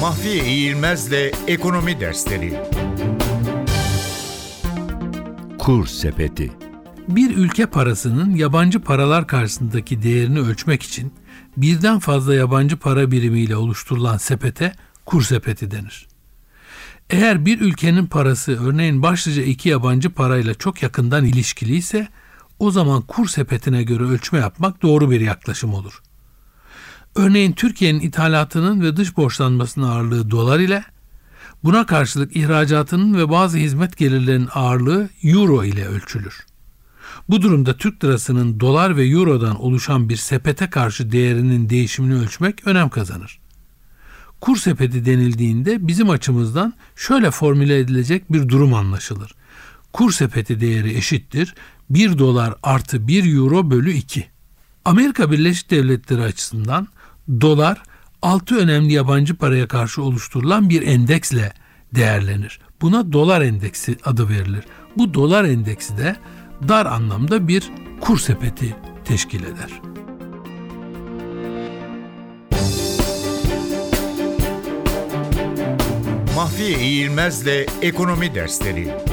Mahfiye İğilmez'le Ekonomi Dersleri. Kur sepeti. Bir ülke parasının yabancı paralar karşısındaki değerini ölçmek için birden fazla yabancı para birimiyle oluşturulan sepete kur sepeti denir. Eğer bir ülkenin parası örneğin başlıca iki yabancı parayla çok yakından ilişkili ise o zaman kur sepetine göre ölçme yapmak doğru bir yaklaşım olur. Örneğin Türkiye'nin ithalatının ve dış borçlanmasının ağırlığı dolar ile, buna karşılık ihracatının ve bazı hizmet gelirlerinin ağırlığı euro ile ölçülür. Bu durumda Türk lirasının dolar ve eurodan oluşan bir sepete karşı değerinin değişimini ölçmek önem kazanır. Kur sepeti denildiğinde bizim açımızdan şöyle formüle edilecek bir durum anlaşılır. Kur sepeti değeri eşittir 1 dolar artı 1 euro bölü 2. Amerika Birleşik Devletleri açısından dolar 6 önemli yabancı paraya karşı oluşturulan bir endeksle değerlenir. Buna dolar endeksi adı verilir. Bu dolar endeksi de dar anlamda bir kur sepeti teşkil eder. Mahfiye İğilmez'le Ekonomi Dersleri.